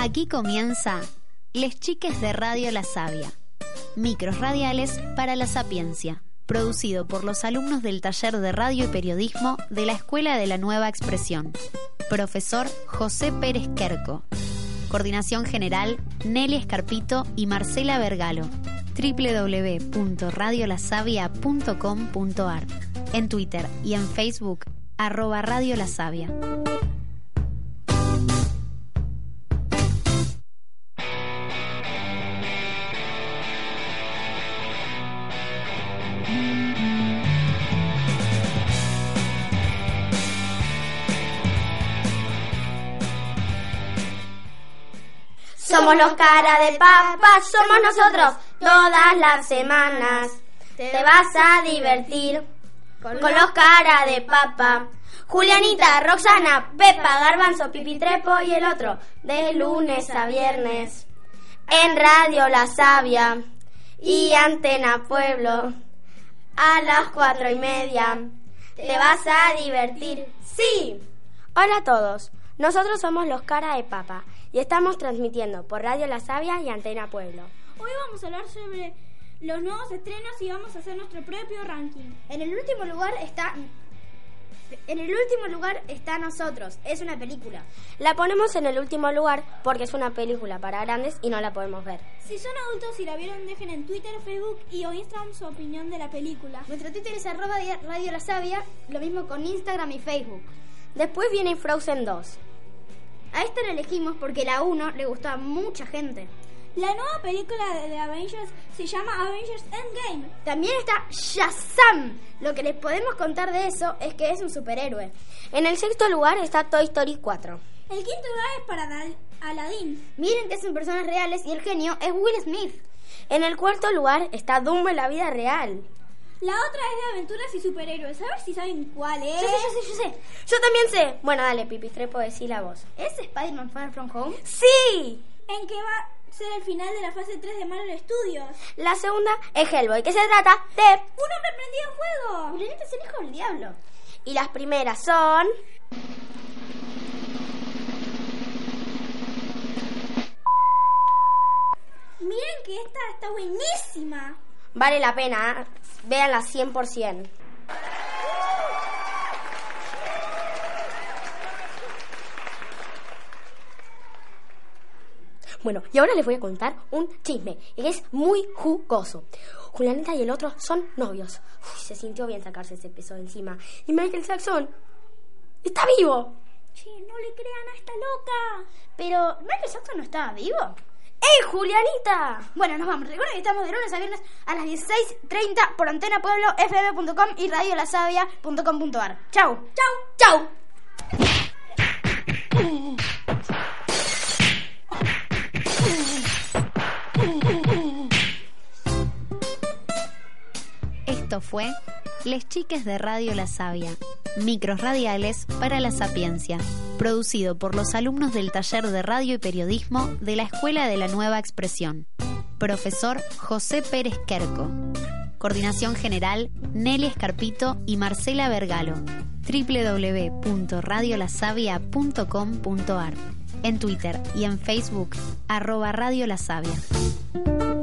Aquí comienza Les Chiques de Radio La Sabia, micros radiales para la sapiencia, producido por los alumnos del taller de radio y periodismo de la Escuela de la Nueva Expresión. Profesor José Pérez Querco. Coordinación general Nelly Escarpito y Marcela Vergalo. www.radiolasavia.com.ar. En Twitter y en Facebook @Radio La Sabia. Somos los cara de papa, somos nosotros todas las semanas. Te vas a divertir con los cara de papa. Julianita, Roxana, Pepa, Garbanzo, Pipitrepo y el otro, de lunes a viernes. En Radio La Sabia y Antena Pueblo, a las 4:30. Te vas a divertir, sí. Hola a todos, nosotros somos los cara de papa y estamos transmitiendo por Radio La Sabia y Antena Pueblo. Hoy vamos a hablar sobre los nuevos estrenos y vamos a hacer nuestro propio ranking. En el último lugar está Nosotros, es una película. La ponemos en el último lugar porque es una película para grandes y no la podemos ver. Si son adultos y la vieron, dejen en Twitter, Facebook y o Instagram su opinión de la película. Nuestro Twitter es @Radio La Sabia, lo mismo con Instagram y Facebook. Después viene Frozen 2. A esta la elegimos porque la 1 le gustó a mucha gente. La nueva película de Avengers se llama Avengers Endgame. También está Shazam. Lo que les podemos contar de eso es que es un superhéroe. En el sexto lugar está Toy Story 4. El quinto lugar es para Aladdin. Miren que son personas reales y el genio es Will Smith. En el cuarto lugar está Dumbo en la vida real. La otra es de aventuras y superhéroes. A ver si saben cuál es. Yo sé. Yo también sé. Bueno, dale, Pipitrepo, decí la voz. ¿Es Spider-Man Far From Home? ¡Sí! ¿En qué va a ser el final de la fase 3 de Marvel Studios? La segunda es Hellboy, que se trata de un hombre prendido en fuego. Julianita es el hijo del diablo. Y las primeras son... Miren que esta está buenísima. Vale la pena, ¿eh? Véanla 100%. Bueno, y ahora les voy a contar un chisme, y que es muy jugoso. Julianita y el otro son novios. Se sintió bien sacarse ese peso de encima. Y Michael Jackson está vivo. Che, no le crean a esta loca. Pero Michael Jackson no estaba vivo. ¡Ey, Julianita! Bueno, nos vamos. Recuerden que estamos de lunes a viernes a las 16:30 por Antena Pueblo, fm.com y radiolasavia.com.ar. ¡Chau! Esto fue Les Chiques de Radio La Sabia, micros radiales para la sapiencia, producido por los alumnos del taller de radio y periodismo de la Escuela de la Nueva Expresión. Profesor José Pérez Querco. Coordinación general Nelly Escarpito y Marcela Vergalo. www.radiolasavia.com.ar. En Twitter y en Facebook @Radio La Sabia.